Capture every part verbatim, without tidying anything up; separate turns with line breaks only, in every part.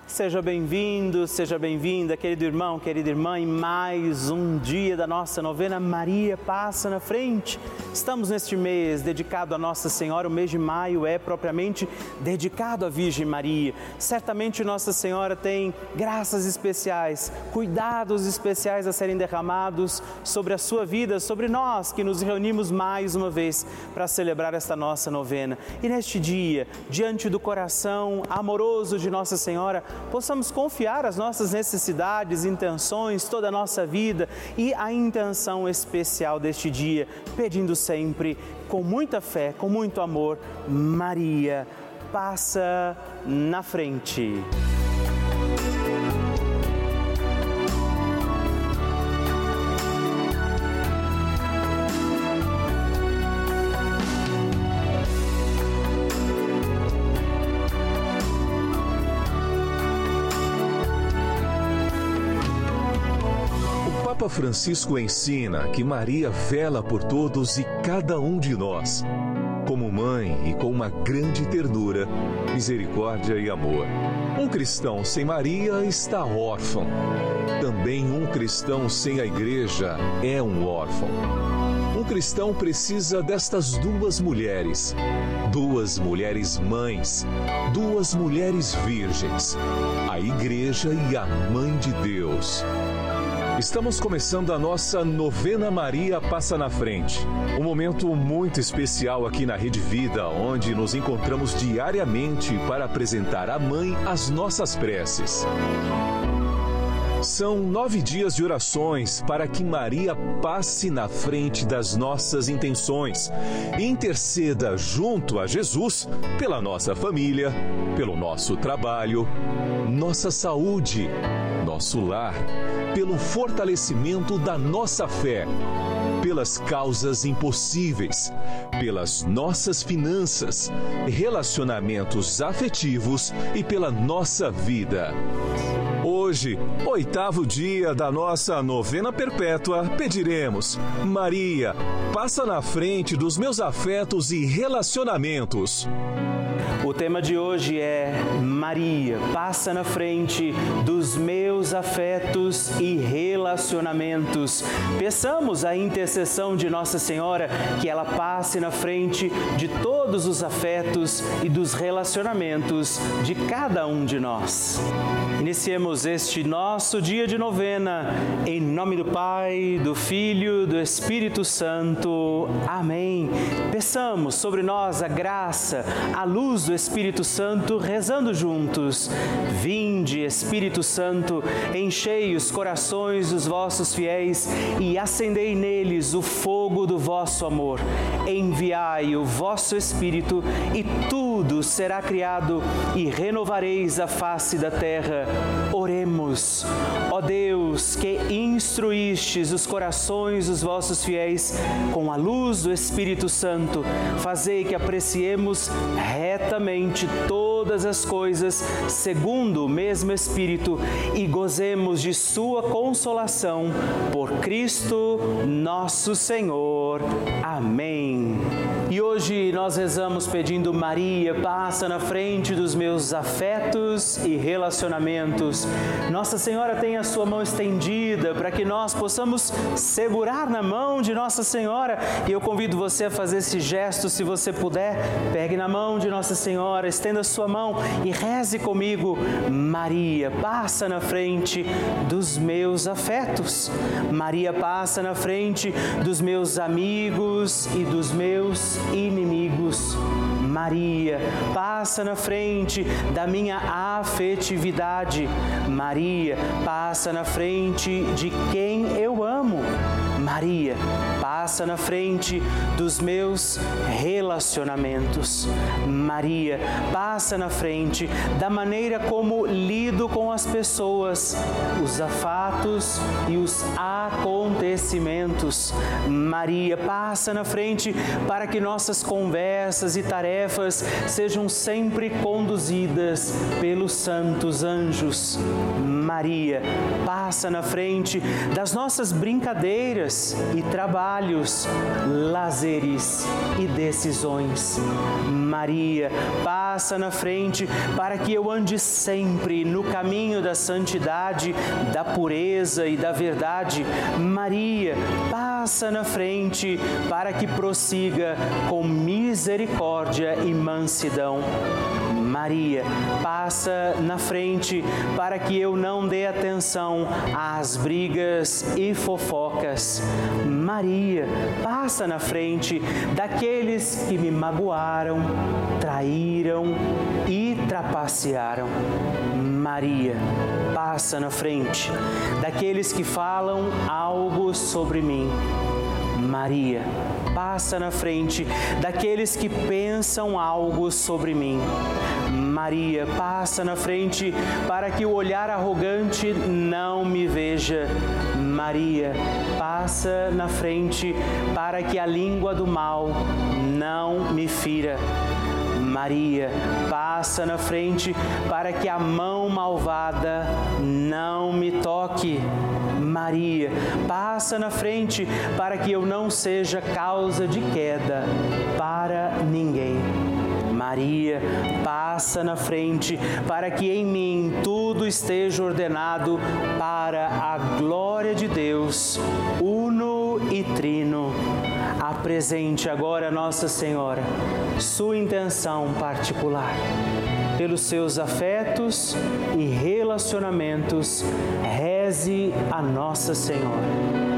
Seja bem-vindo, seja bem-vinda, querido irmão, querida irmã, em mais um dia da nossa novena Maria Passa na Frente. Estamos neste mês dedicado a Nossa Senhora. O mês de maio é propriamente dedicado à Virgem Maria. Certamente Nossa Senhora tem graças especiais, cuidados especiais a serem derramados sobre a sua vida, sobre nós que nos reunimos mais uma vez para celebrar esta nossa novena. E neste dia, diante do coração amoroso de Nossa Senhora, possamos confiar as nossas necessidades, intenções, toda a nossa vida e a intenção especial deste dia, pedindo sempre, com muita fé, com muito amor, Maria, passa na frente.
O Papa Francisco ensina que Maria vela por todos e cada um de nós, como mãe e com uma grande ternura, misericórdia e amor. Um cristão sem Maria está órfão. Também um cristão sem a Igreja é um órfão. Um cristão precisa destas duas mulheres, duas mulheres mães, duas mulheres virgens, a Igreja e a Mãe de Deus. Estamos começando a nossa novena Maria Passa na Frente. Um momento muito especial aqui na Rede Vida, onde nos encontramos diariamente para apresentar à Mãe as nossas preces. São nove dias de orações para que Maria passe na frente das nossas intenções e interceda junto a Jesus pela nossa família, pelo nosso trabalho, nossa saúde, nosso lar, pelo fortalecimento da nossa fé, pelas causas impossíveis, pelas nossas finanças, relacionamentos afetivos e pela nossa vida. Hoje, oitavo dia da nossa novena perpétua, pediremos: Maria, passa na frente dos meus afetos e relacionamentos.
O tema de hoje é Maria, passa na frente dos meus afetos e relacionamentos. Peçamos a intercessão de Nossa Senhora, que ela passe na frente de todos os afetos e dos relacionamentos de cada um de nós. Iniciemos este nosso dia de novena, em nome do Pai, do Filho, do Espírito Santo. Amém. Peçamos sobre nós a graça, a luz do Espírito Santo, rezando juntos. Vinde, Espírito Santo, enchei os corações dos vossos fiéis e acendei neles o fogo do vosso amor. Enviai o vosso Espírito e tudo será criado e renovareis a face da terra. Oremos. Ó Deus, que instruístes os corações dos vossos fiéis com a luz do Espírito Santo, fazei que apreciemos retamente todas as coisas segundo o mesmo Espírito e gozemos de sua consolação por Cristo nosso Senhor. Amém. E hoje nós rezamos pedindo: Maria, passa na frente dos meus afetos e relacionamentos. Nossa Senhora tem a sua mão estendida para que nós possamos segurar na mão de Nossa Senhora. E eu convido você a fazer esse gesto, se você puder. Pegue na mão de Nossa Senhora, estenda a sua mão e reze comigo: Maria, passa na frente dos meus afetos. Maria, passa na frente dos meus amigos e dos meus inimigos. Maria, passa na frente da minha afetividade. Maria, passa na frente de quem eu amo. Maria, passa na frente dos meus relacionamentos. Maria, passa na frente da maneira como lido com as pessoas, os fatos e os acontecimentos. Maria, passa na frente para que nossas conversas e tarefas sejam sempre conduzidas pelos santos anjos. Maria, passa na frente das nossas brincadeiras e trabalhos trabalhos, lazeres e decisões. Maria, passa na frente para que eu ande sempre no caminho da santidade, da pureza e da verdade. Maria, passa na frente para que prossiga com misericórdia e mansidão. Maria, passa na frente para que eu não dê atenção às brigas e fofocas. Maria, passa na frente daqueles que me magoaram, traíram e trapacearam. Maria, passa na frente daqueles que falam algo sobre mim. Maria, passa na frente daqueles que pensam algo sobre mim. Maria, passa na frente para que o olhar arrogante não me veja. Maria, passa na frente para que a língua do mal não me fira. Maria, passa na frente para que a mão malvada não me toque. Maria, passa na frente para que eu não seja causa de queda para ninguém. Maria, passa na frente para que em mim tudo esteja ordenado para a glória de Deus, uno e trino. Apresente agora, Nossa Senhora, sua intenção particular. Pelos seus afetos e relacionamentos, reze a Nossa Senhora.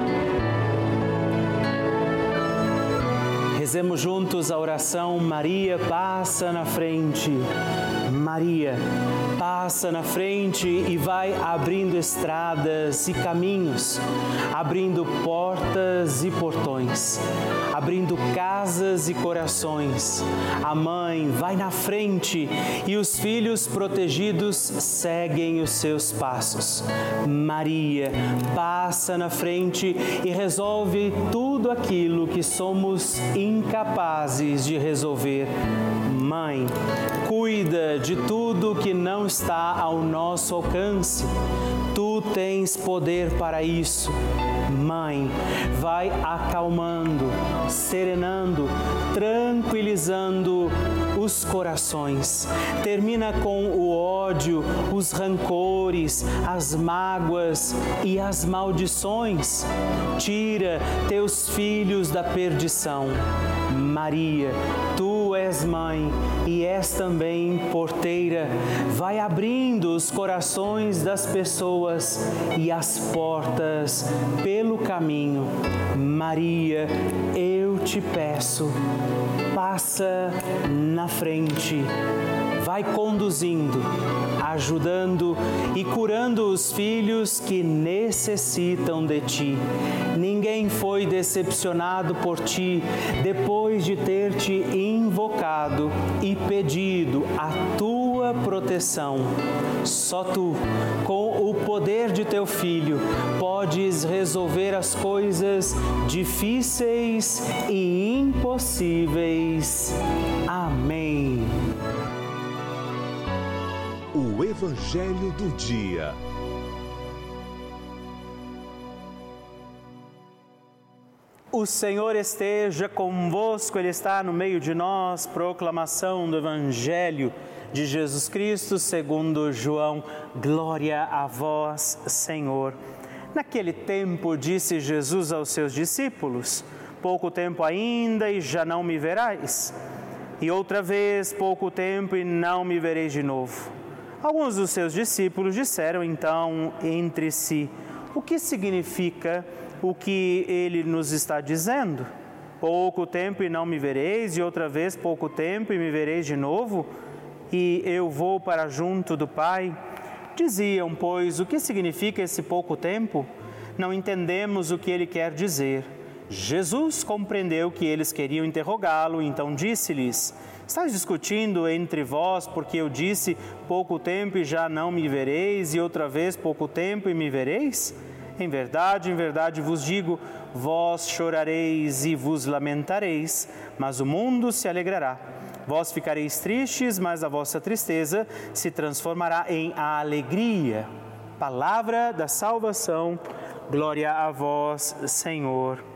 Rezemos juntos a oração Maria passa na frente. Maria passa na frente e vai abrindo estradas e caminhos, abrindo portas e portões, abrindo casas e corações. A mãe vai na frente e os filhos protegidos seguem os seus passos. Maria passa na frente e resolve tudo aquilo que somos incapazes de resolver. Mãe, cuida de tudo que não está ao nosso alcance. Tu tens poder para isso. Mãe, vai acalmando, serenando, tranquilizando os corações. Termina com o ódio, os rancores, as mágoas e as maldições. Tira teus filhos da perdição. Maria, tu és mãe e és também porteira. Vai abrindo os corações das pessoas e as portas pelo caminho. Maria, eu te peço, passa na frente. Vai conduzindo, ajudando e curando os filhos que necessitam de ti. Ninguém foi decepcionado por ti depois de ter te invocado e pedido a tua proteção. Só tu, com o poder de teu Filho, podes resolver as coisas difíceis e impossíveis. Amém.
O Evangelho do Dia.
O Senhor esteja convosco, Ele está no meio de nós. Proclamação do Evangelho de Jesus Cristo segundo João. Glória a vós, Senhor. Naquele tempo disse Jesus aos seus discípulos: pouco tempo ainda e já não me verás. E outra vez, pouco tempo e não me vereis de novo. Alguns dos seus discípulos disseram então entre si: o que significa o que ele nos está dizendo? Pouco tempo e não me vereis, e outra vez pouco tempo e me vereis de novo, e eu vou para junto do Pai. Diziam, pois, o que significa esse pouco tempo? Não entendemos o que ele quer dizer. Jesus compreendeu que eles queriam interrogá-lo, então disse-lhes: estáis discutindo entre vós porque eu disse pouco tempo e já não me vereis, e outra vez pouco tempo e me vereis? Em verdade, em verdade vos digo, vós chorareis e vos lamentareis, mas o mundo se alegrará. Vós ficareis tristes, mas a vossa tristeza se transformará em alegria. Palavra da salvação, glória a vós, Senhor.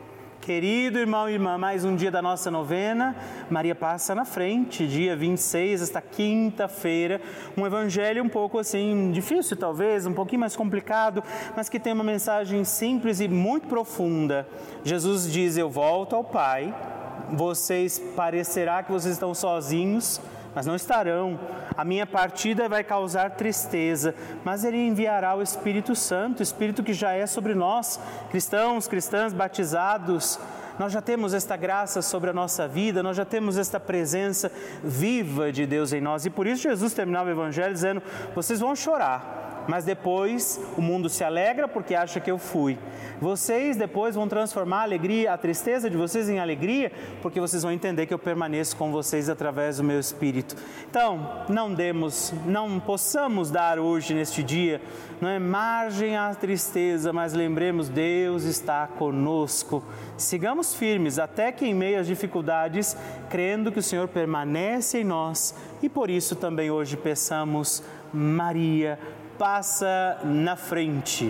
Querido irmão e irmã, mais um dia da nossa novena, Maria passa na frente, dia vinte e seis, esta quinta-feira, um evangelho um pouco assim, difícil talvez, um pouquinho mais complicado, mas que tem uma mensagem simples e muito profunda. Jesus diz, eu volto ao Pai, vocês, parecerá que vocês estão sozinhos, mas não estarão. A minha partida vai causar tristeza, mas Ele enviará o Espírito Santo, o Espírito que já é sobre nós, cristãos, cristãs, batizados. Nós já temos esta graça sobre a nossa vida, nós já temos esta presença viva de Deus em nós. E por isso Jesus terminava o Evangelho dizendo, vocês vão chorar, mas depois o mundo se alegra porque acha que eu fui. Vocês depois vão transformar a alegria, a tristeza de vocês em alegria, porque vocês vão entender que eu permaneço com vocês através do meu Espírito. Então, não demos, não possamos dar hoje, neste dia, não é margem à tristeza, mas lembremos, Deus está conosco. Sigamos firmes, até que em meio às dificuldades, crendo que o Senhor permanece em nós. E por isso também hoje peçamos, Maria, passa na frente.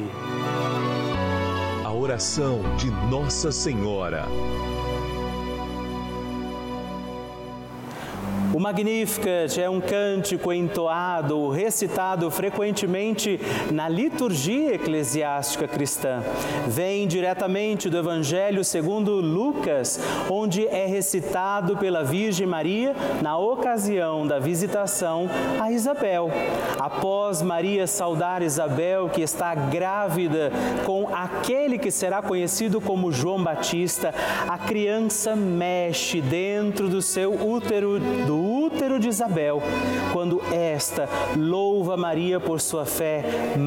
A oração de Nossa Senhora.
O Magnificat é um cântico entoado, recitado frequentemente na liturgia eclesiástica cristã. Vem diretamente do Evangelho segundo Lucas, onde é recitado pela Virgem Maria na ocasião da visitação a Isabel. Após Maria saudar Isabel, que está grávida com aquele que será conhecido como João Batista, a criança mexe dentro do seu útero, do útero de Isabel. Quando esta louva Maria por sua fé,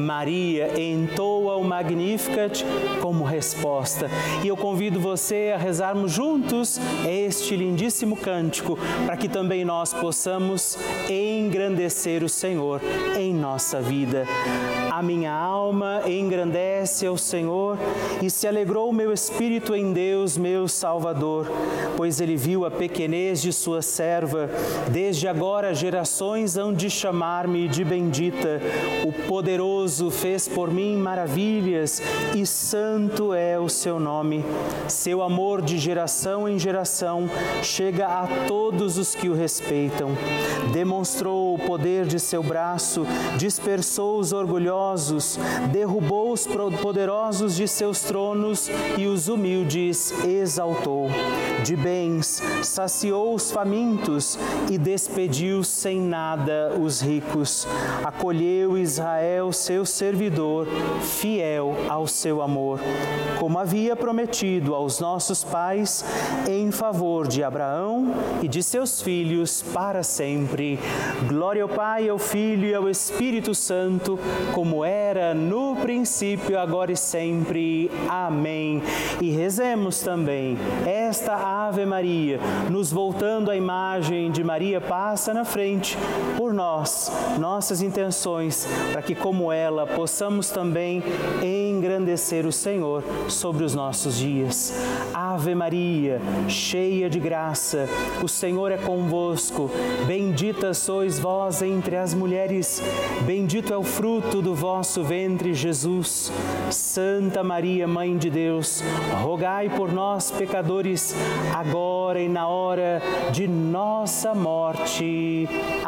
Maria entoa o Magnificat como resposta. E eu convido você a rezarmos juntos este lindíssimo cântico, para que também nós possamos engrandecer o Senhor em nossa vida. A minha alma engrandece ao Senhor e se alegrou o meu espírito em Deus, meu Salvador, pois Ele viu a pequenez de sua serva. Desde agora gerações hão de chamar-me de bendita. O poderoso fez por mim maravilhas e santo é o seu nome. Seu amor de geração em geração chega a todos os que o respeitam. Demonstrou o poder de seu braço, dispersou os orgulhosos, derrubou os poderosos de seus tronos e os humildes exaltou. De bens saciou os famintos e despediu sem nada os ricos. Acolheu Israel, seu servidor, fiel ao seu amor, como havia prometido aos nossos pais, em favor de Abraão e de seus filhos para sempre. Glória ao Pai, ao Filho e ao Espírito Santo, como era no princípio, agora e sempre. Amém. E rezemos também esta Ave Maria, nos voltando à imagem de Maria passa na frente, por nós, nossas intenções, para que como ela possamos também engrandecer o Senhor sobre os nossos dias. Ave Maria, cheia de graça, o Senhor é convosco, bendita sois vós entre as mulheres, bendito é o fruto do vosso ventre, Jesus. Santa Maria, Mãe de Deus, rogai por nós, pecadores, agora e na hora de nossa morte.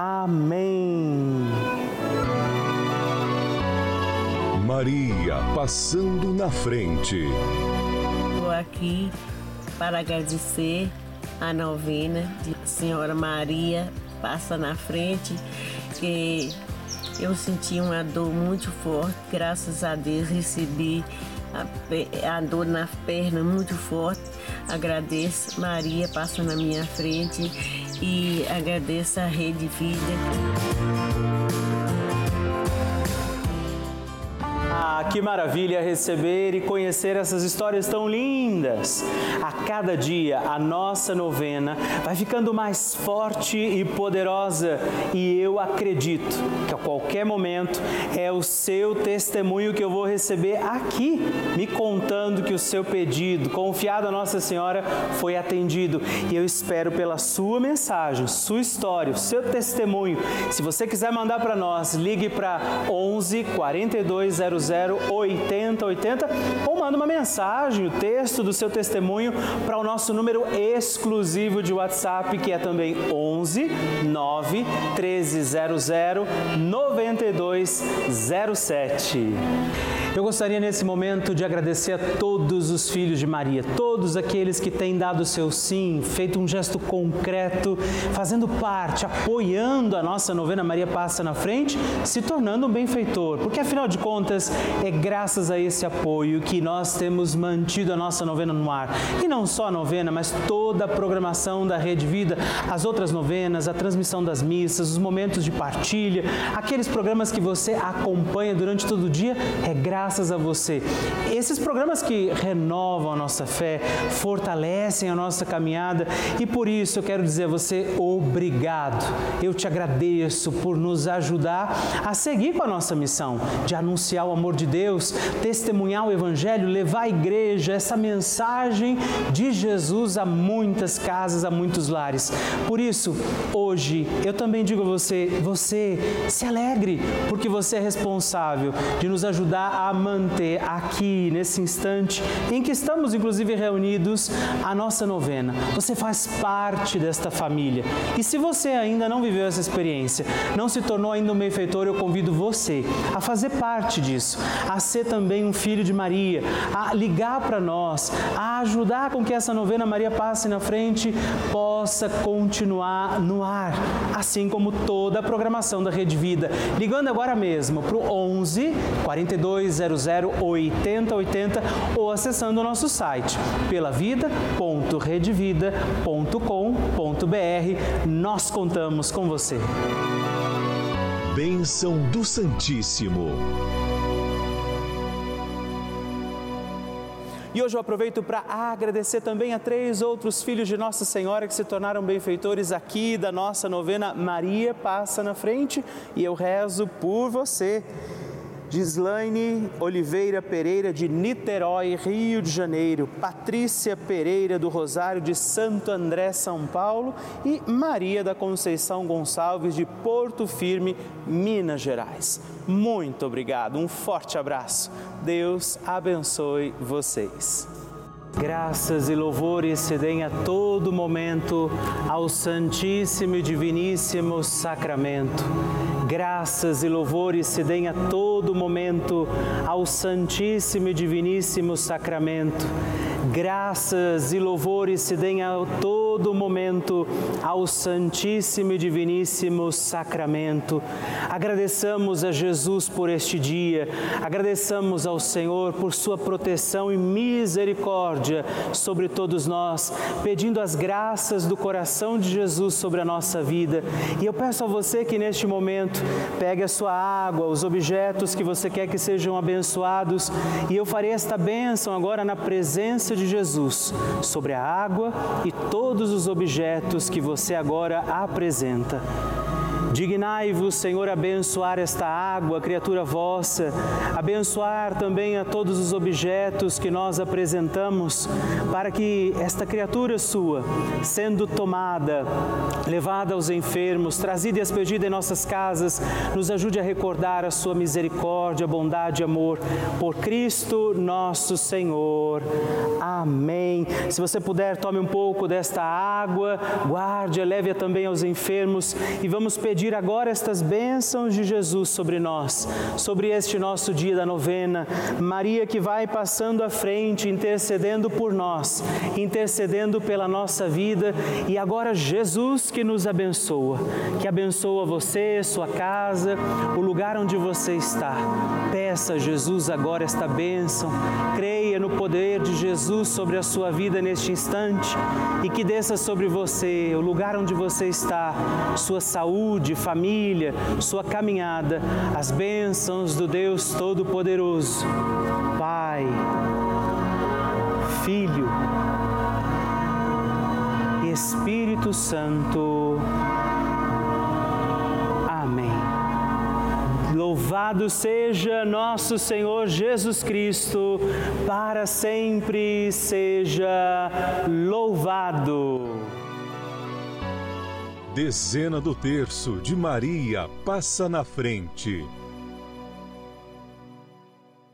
Amém.
Maria passando na frente.
Estou aqui para agradecer a novena de Senhora Maria passa na frente, que eu senti uma dor muito forte, graças a Deus recebi a, a dor na perna muito forte. Agradeço, Maria passa na minha frente, e agradeço a Rede Vida.
Ah, que maravilha receber e conhecer essas histórias tão lindas. A cada dia a nossa novena vai ficando mais forte e poderosa, e eu acredito que a qualquer momento é o seu testemunho que eu vou receber aqui, me contando que o seu pedido, confiado a Nossa Senhora, foi atendido. E eu espero pela sua mensagem, sua história, o seu testemunho. Se você quiser mandar para nós, ligue para onze, quarenta e dois, zero zero zero oitenta oitenta ou manda uma mensagem, o texto do seu testemunho para o nosso número exclusivo de WhatsApp, que é também onze nove treze zero zero nove dois zero sete. Eu gostaria nesse momento de agradecer a todos os filhos de Maria, todos aqueles que têm dado o seu sim, feito um gesto concreto, fazendo parte, apoiando a nossa novena Maria Passa na Frente, se tornando um benfeitor, porque afinal de contas é graças a esse apoio que nós temos mantido a nossa novena no ar. E não só a novena, mas toda a programação da Rede Vida, as outras novenas, a transmissão das missas, os momentos de partilha, aqueles programas que você acompanha durante todo o dia, é graças Graças a você. Esses programas que renovam a nossa fé, fortalecem a nossa caminhada e por isso eu quero dizer a você obrigado. Eu te agradeço por nos ajudar a seguir com a nossa missão de anunciar o amor de Deus, testemunhar o Evangelho, levar à igreja essa mensagem de Jesus a muitas casas, a muitos lares. Por isso, hoje eu também digo a você, você se alegre porque você é responsável de nos ajudar a manter aqui, nesse instante em que estamos inclusive reunidos, a nossa novena. Você faz parte desta família. E se você ainda não viveu essa experiência, não se tornou ainda um benfeitor, eu convido você a fazer parte disso, a ser também um filho de Maria, a ligar para nós, a ajudar com que essa novena Maria Passe na Frente possa continuar no ar, assim como toda a programação da Rede Vida. Ligando agora mesmo para o onze quarenta e dois zero zero oitenta oitenta ou acessando o nosso site pelavida ponto redevida ponto com ponto br. Nós contamos com você.
Bênção do Santíssimo.
E hoje eu aproveito para agradecer também a três outros filhos de Nossa Senhora que se tornaram benfeitores aqui da nossa novena Maria Passa na Frente, e eu rezo por você. Gislaine Oliveira Pereira, de Niterói, Rio de Janeiro, Patrícia Pereira, do Rosário de Santo André, São Paulo, e Maria da Conceição Gonçalves, de Porto Firme, Minas Gerais. Muito obrigado, um forte abraço. Deus abençoe vocês. Graças e louvores se deem a todo momento ao Santíssimo e Diviníssimo Sacramento. Graças e louvores se deem a todo momento ao Santíssimo e Diviníssimo Sacramento. Graças e louvores se deem a todo momento ao Santíssimo e Diviníssimo Sacramento. Agradeçamos a Jesus por este dia, agradeçamos ao Senhor por sua proteção e misericórdia sobre todos nós, pedindo as graças do coração de Jesus sobre a nossa vida. E eu peço a você que neste momento pegue a sua água, os objetos que você quer que sejam abençoados, e eu farei esta bênção agora na presença de Jesus sobre a água e todos os objetos que você agora apresenta. Dignai-vos, Senhor, abençoar esta água, criatura vossa, abençoar também a todos os objetos que nós apresentamos, para que esta criatura sua, sendo tomada, levada aos enfermos, trazida e expedida em nossas casas, nos ajude a recordar a sua misericórdia, bondade e amor, por Cristo nosso Senhor. Amém. Se você puder, tome um pouco desta água, guarde, leve-a também aos enfermos e vamos pedir agora estas bênçãos de Jesus sobre nós, sobre este nosso dia da novena. Maria que vai passando à frente, intercedendo por nós, intercedendo pela nossa vida, e agora Jesus que nos abençoa, que abençoa você, sua casa, o lugar onde você está. Peça a Jesus agora esta bênção, creia no poder de Jesus sobre a sua vida neste instante e que desça sobre você, o lugar onde você está, sua saúde, família, sua caminhada, as bênçãos do Deus Todo-Poderoso, Pai, Filho e Espírito Santo. Amém. Louvado seja nosso Senhor Jesus Cristo, para sempre seja louvado.
Dezena do terço de Maria Passa na Frente.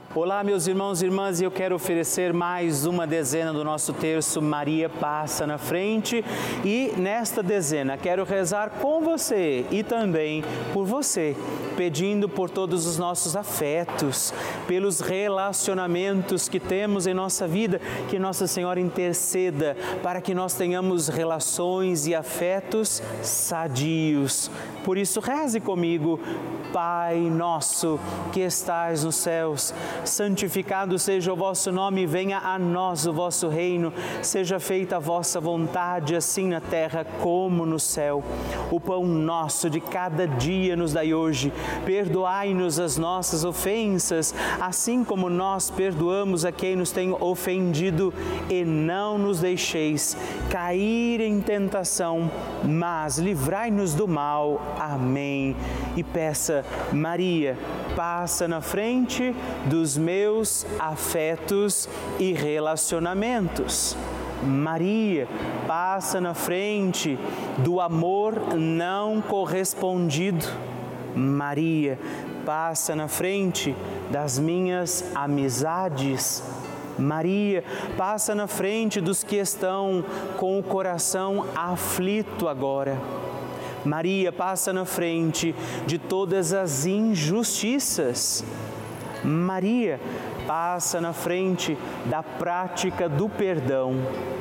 Olá, meus irmãos e irmãs, e eu quero oferecer mais uma dezena do nosso terço Maria Passa na Frente. E nesta dezena quero rezar com você e também por você, pedindo por todos os nossos afetos, pelos relacionamentos que temos em nossa vida, que Nossa Senhora interceda para que nós tenhamos relações e afetos sadios. Por isso, reze comigo. Pai nosso que estais nos céus, santificado seja o vosso nome, venha a nós o vosso reino, seja feita a vossa vontade, assim na terra como no céu. O pão nosso de cada dia nos dai hoje, perdoai-nos as nossas ofensas, assim como nós perdoamos a quem nos tem ofendido, e não nos deixeis cair em tentação, mas livrai-nos do mal. Amém. E peça: Maria, passa na frente dos meus afetos e relacionamentos. Maria, passa na frente do amor não correspondido. Maria, passa na frente das minhas amizades. Maria, passa na frente dos que estão com o coração aflito agora. Maria, passa na frente de todas as injustiças. Maria, passa na frente da prática do perdão.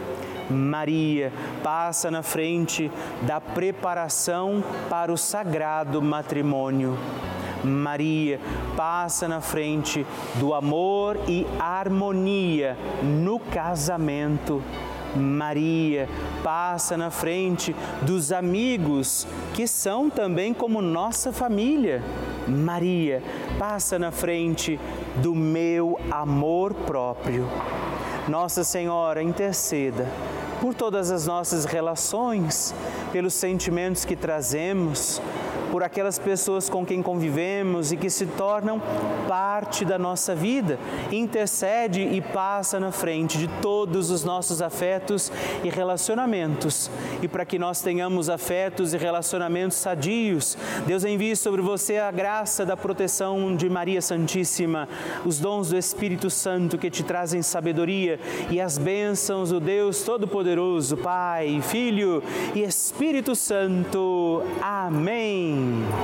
Maria, passa na frente da preparação para o sagrado matrimônio. Maria, passa na frente do amor e harmonia no casamento. Maria, passa na frente dos amigos que são também como nossa família. Maria, passa na frente do meu amor próprio. Nossa Senhora, interceda por todas as nossas relações, pelos sentimentos que trazemos, por aquelas pessoas com quem convivemos e que se tornam parte da nossa vida. Intercede e passa na frente de todos os nossos afetos e relacionamentos. E para que nós tenhamos afetos e relacionamentos sadios, Deus envie sobre você a graça da proteção de Maria Santíssima, os dons do Espírito Santo que te trazem sabedoria e as bênçãos do Deus Todo-Poderoso, Pai, Filho e Espírito Santo. Amém.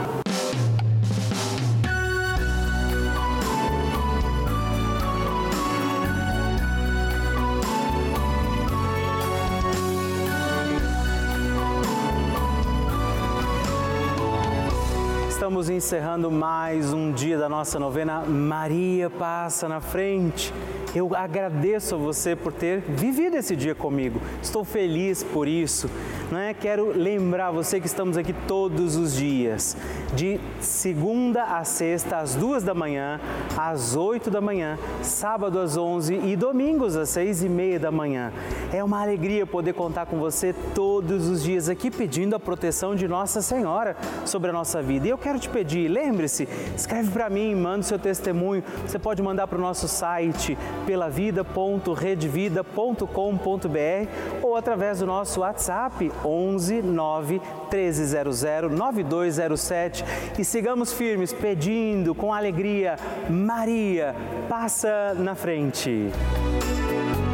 Estamos encerrando mais um dia da nossa novena Maria Passa na Frente. Eu agradeço a você por ter vivido esse dia comigo. Estou feliz por isso. Não é? Quero lembrar você que estamos aqui todos os dias, de segunda a sexta, às duas da manhã, às oito da manhã, sábado às onze e domingos às seis e meia da manhã. É uma alegria poder contar com você todos os dias aqui, pedindo a proteção de Nossa Senhora sobre a nossa vida. E eu quero te pedir, lembre-se, escreve para mim, manda o seu testemunho. Você pode mandar para o nosso site pelavida ponto redevida ponto com ponto br ou através do nosso WhatsApp onze nove treze zero zero nove dois zero sete e sigamos firmes pedindo com alegria: Maria, passa na frente.